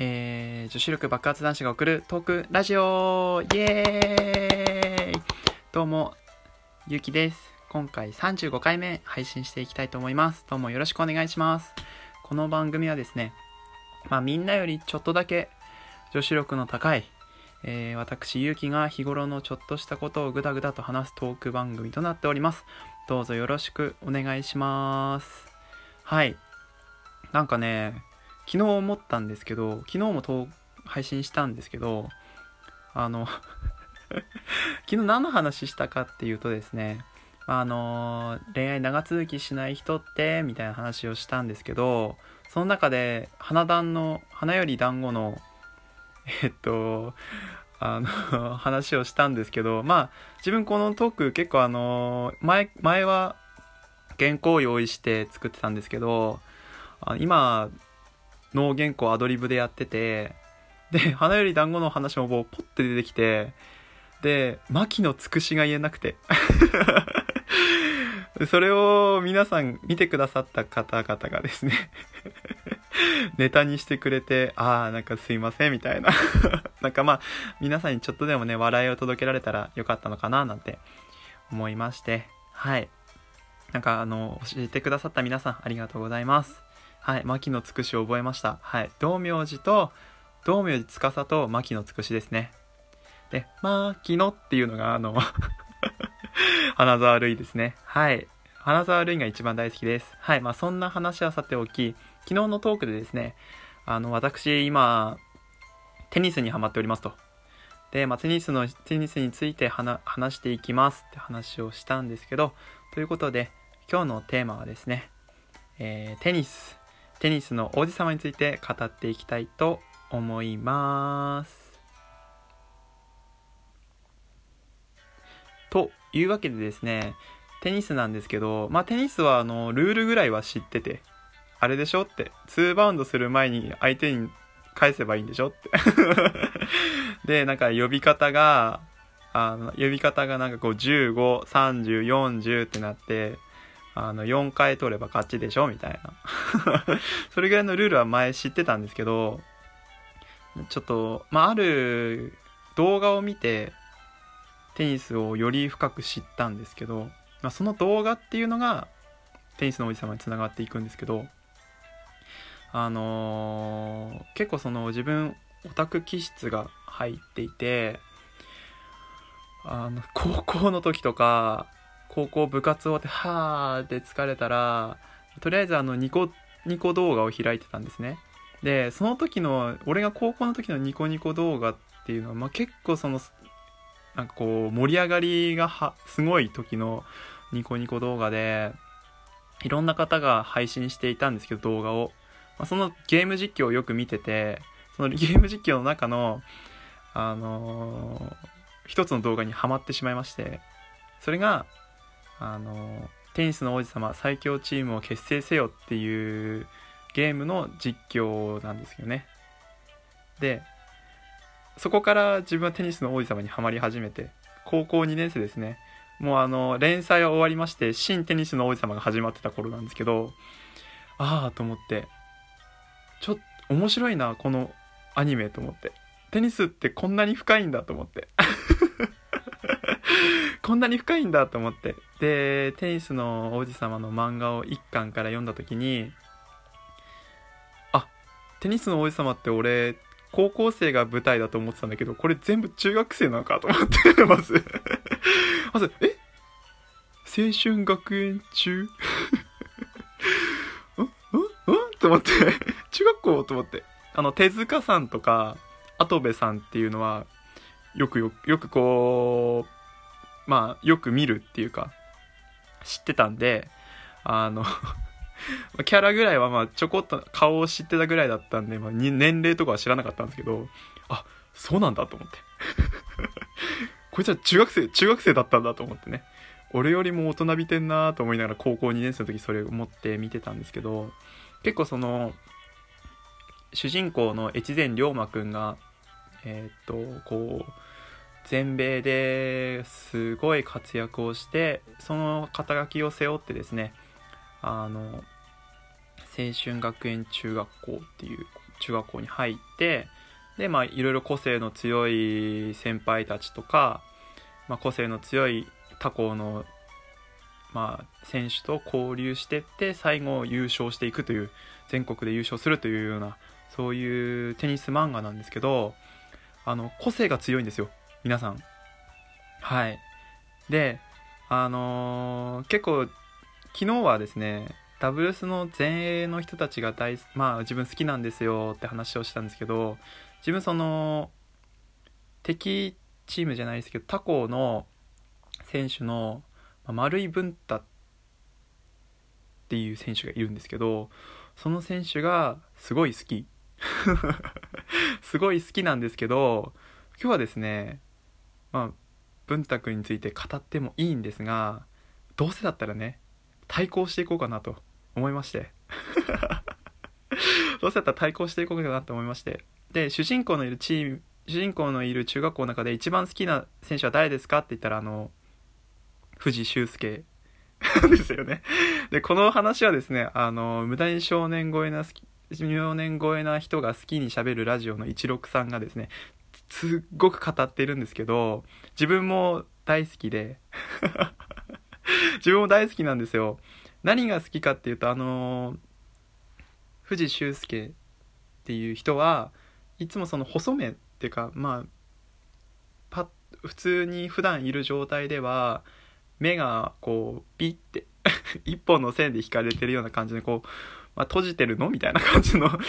女子力爆発男子が送るトークラジオイエーイ。どうもゆうきです。今回35回目配信していきたいと思います。どうもよろしくお願いします。この番組はですね、みんなよりちょっとだけ女子力の高い、私ゆうきが日頃のちょっとしたことをぐだぐだと話すトーク番組となっております。どうぞよろしくお願いします。はい、なんかね、昨日思ったんですけど、昨日も配信したんですけど、昨日何の話したかっていうとですね、恋愛長続きしない人ってみたいな話をしたんですけど、その中で花より団子の話をしたんですけど、自分このトーク結構前は原稿を用意して作ってたんですけど、今ノー原稿アドリブでやってて、で花より団子の話もポッて出てきて、で牧野つくしが言えなくてそれを皆さん見てくださった方々がですねネタにしてくれて、なんかすいませんみたいななんか皆さんにちょっとでもね笑いを届けられたらよかったのかななんて思いまして、はい、なんか教えてくださった皆さんありがとうございます。はい、牧野つくしを覚えました。はい、道明寺司と牧野つくしですね。で牧野っていうのが花沢類ですね。はい、花沢類が一番大好きです。はい、そんな話はさておき、昨日のトークでですね、私今テニスにハマっておりますと。で、テニスについて話していきますって話をしたんですけど、ということで今日のテーマはですね、テニスの王子様について語っていきたいと思います。というわけでですね、テニスなんですけど、テニスはルールぐらいは知ってて、あれでしょって、2バウンドする前に相手に返せばいいんでしょってで、なんか呼び方がなんか15、30、40ってなって、4回取れば勝ちでしょみたいなそれぐらいのルールは前知ってたんですけど、ちょっとある動画を見てテニスをより深く知ったんですけど、その動画っていうのがテニスの王子様につながっていくんですけど、結構その自分オタク気質が入っていて、高校の時とか高校部活終わってで疲れたら、とりあえずニコ動画を開いてたんですね。でその時の俺が高校の時のニコニコ動画っていうのは、結構そのなんかこう盛り上がりがすごい時のニコニコ動画で、いろんな方が配信していたんですけど動画を、そのゲーム実況をよく見てて、そのゲーム実況の中の一つの動画にハマってしまいまして、それがテニスの王子様最強チームを結成せよっていうゲームの実況なんですよね。でそこから自分はテニスの王子様にハマり始めて、高校2年生ですね。もう連載は終わりまして、新テニスの王子様が始まってた頃なんですけど、と思って、ちょっと面白いなこのアニメと思って、テニスってこんなに深いんだと思ってこんなに深いんだと思って、でテニスの王子様の漫画を1巻から読んだ時に、テニスの王子様って俺高校生が舞台だと思ってたんだけど、これ全部中学生なのかと思ってまず青春学園中と思って中学校と思って、手塚さんとか跡部さんっていうのはよくこうよく見るっていうか知ってたんで、キャラぐらいはちょこっと顔を知ってたぐらいだったんで、年齢とかは知らなかったんですけど、そうなんだと思ってこいつは中学生だったんだと思ってね、俺よりも大人びてんなと思いながら高校2年生の時それを思って見てたんですけど、結構その主人公の越前龍馬くんがこう全米ですごい活躍をして、その肩書きを背負ってですね、青春学園中学校っていう中学校に入って、でまあいろいろ個性の強い先輩たちとか、まあ、個性の強い他校のまあ選手と交流してって、最後優勝していくという、全国で優勝するというような、そういうテニス漫画なんですけど、個性が強いんですよ皆さん。はい。で結構昨日はですね、ダブルスの前衛の人たちがまあ自分好きなんですよって話をしたんですけど、自分その敵チームじゃないですけど他校の選手の丸井文太っていう選手がいるんですけど、その選手がすごい好きすごい好きなんですけど、今日はですね、まあ文太くんについて語ってもいいんですが、どうせだったらね対抗していこうかなと思いましてどうせだったら対抗していこうかなと思いまして、で主人公のいる中学校の中で一番好きな選手は誰ですかって言ったら藤修介ですよね。でこの話はですね、無駄に少年超えな人が好きに喋るラジオの16さんがですね、すっごく語ってるんですけど、自分も大好きで自分も大好きなんですよ。何が好きかっていうと、藤修介っていう人はいつもその細目っていうか、まあ普通に普段いる状態では目がこうピッて一本の線で引かれてるような感じでこう、閉じてるのみたいな感じのキ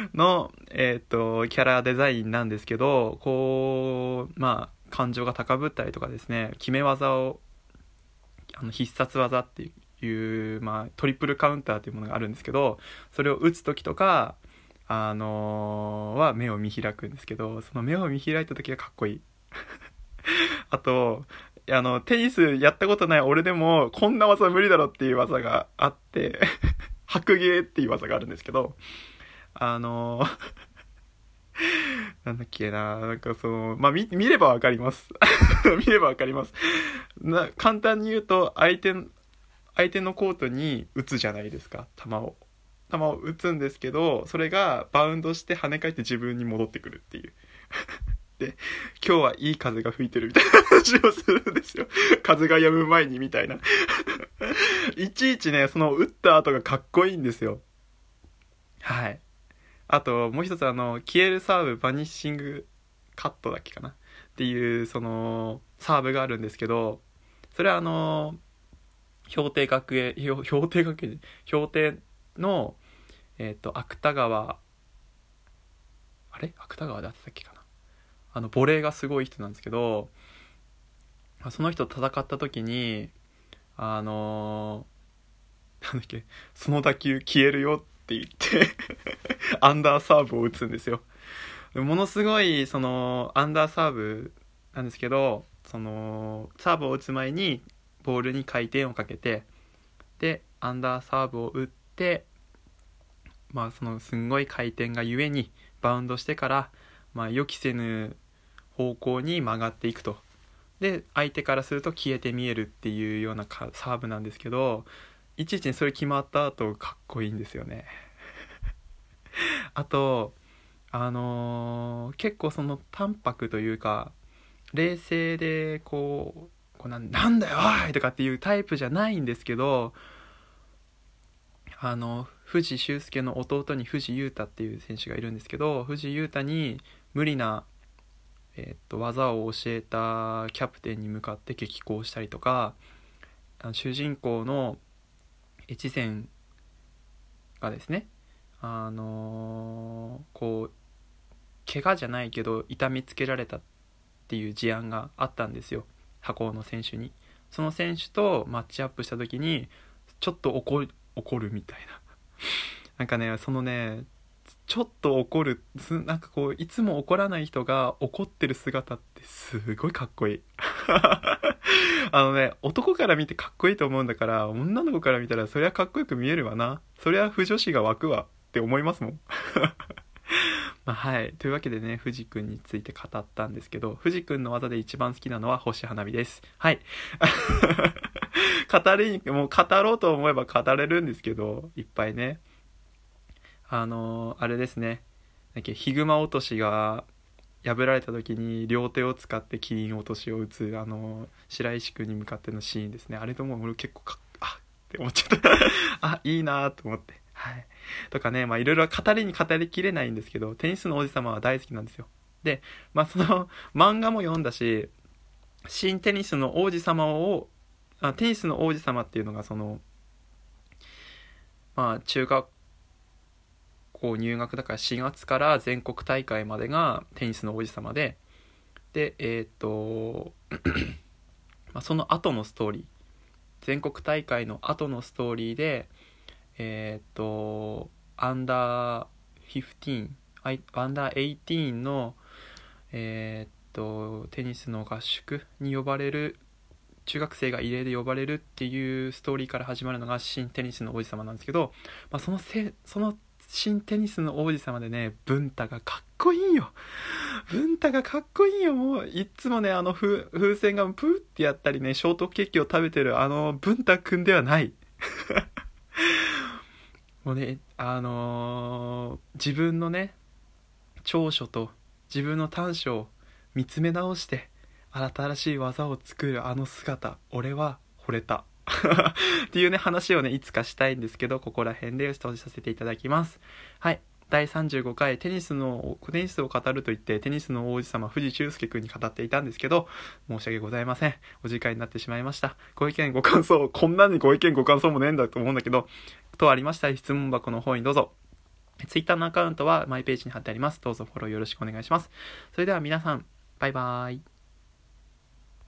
ャラデザインなんですけど、こう感情が高ぶったりとかですね、決め技を必殺技っていう、トリプルカウンターというものがあるんですけど、それを打つ時とかは目を見開くんですけど、その目を見開いた時がかっこいいあとテニスやったことない俺でもこんな技無理だろっていう技があって白芸っていう技があるんですけど、なんだっけな、なんかその見ればわかります見ればわかります。簡単に言うと、相手のコートに打つじゃないですか、球を打つんですけど、それがバウンドして跳ね返って自分に戻ってくるっていうで、今日はいい風が吹いてるみたいな話をするんですよ。風が止む前にみたいないちいちね、その打った後がかっこいいんですよ。はい。あともう一つ、消えるサーブバニッシングカットだっけかなっていうそのサーブがあるんですけど、それは氷定の芥川であってたっけかな、ボレーがすごい人なんですけど、その人と戦った時になんだっけ、その打球消えるよって言ってアンダーサーブを打つんですよ。ものすごいそのアンダーサーブなんですけど、そのサーブを打つ前にボールに回転をかけて、でアンダーサーブを打って、そのすんごい回転がゆえにバウンドしてから、予期せぬ方向に曲がっていくと。で相手からすると消えて見えるっていうようなサーブなんですけど、いちいちにそれ決まった後かっこいいんですよねあと結構その淡白というか冷静でこうなんだよおいとかっていうタイプじゃないんですけど、藤修介の弟に藤優太っていう選手がいるんですけど、藤優太に無理な、技を教えたキャプテンに向かって激高したりとか、主人公の越前がですね、こう怪我じゃないけど痛みつけられたっていう事案があったんですよ、他校の選手に。その選手とマッチアップした時にちょっと怒るみたいななんかね、そのね、ちょっと怒る、なんかこういつも怒らない人が怒ってる姿ってすごいかっこいい男から見てかっこいいと思うんだから、女の子から見たらそりゃかっこよく見えるわな、そりゃ不女子が湧くわって思いますもんはい、というわけでね、藤くんについて語ったんですけど、藤くんの技で一番好きなのは星花火です。はいもう語ろうと思えば語れるんですけど、いっぱいね、あれですね、 ヒグマ落としが破られた時に両手を使ってキリン落としを打つ白石君に向かってのシーンですね。あれとも俺結構って思っちゃったあ、いいなと思って、はい。とかね、いろいろ語りきれないんですけど、テニスの王子様は大好きなんですよ。で、その漫画も読んだし、新テニスの王子様テニスの王子様っていうのが中学校入学だから4月から全国大会までがテニスの王子様で、その後のストーリー、全国大会の後のストーリーでアンダー15アンダー18のテニスの合宿に呼ばれる、中学生が異例で呼ばれるっていうストーリーから始まるのが新テニスの王子様なんですけど、その新テニスの王子様でね、文太がかっこいいよ。もういつもね、風船がプーってやったりね、ショートケーキを食べてる文太くんではないもうね、自分のね長所と自分の短所を見つめ直して新しい技を作る姿、俺は惚れたっていうね話をねいつかしたいんですけど、ここら辺で閉じさせていただきます。はい、第35回テニスを語ると言ってテニスの王子様藤修介くんに語っていたんですけど、申し訳ございません。お時間になってしまいました。ご意見ご感想、こんなにご意見ご感想もねえんだと思うんだけど、とありましたら質問箱の方にどうぞ。Twitter のアカウントはマイページに貼ってあります。どうぞフォローよろしくお願いします。それでは皆さん、バイバーイ。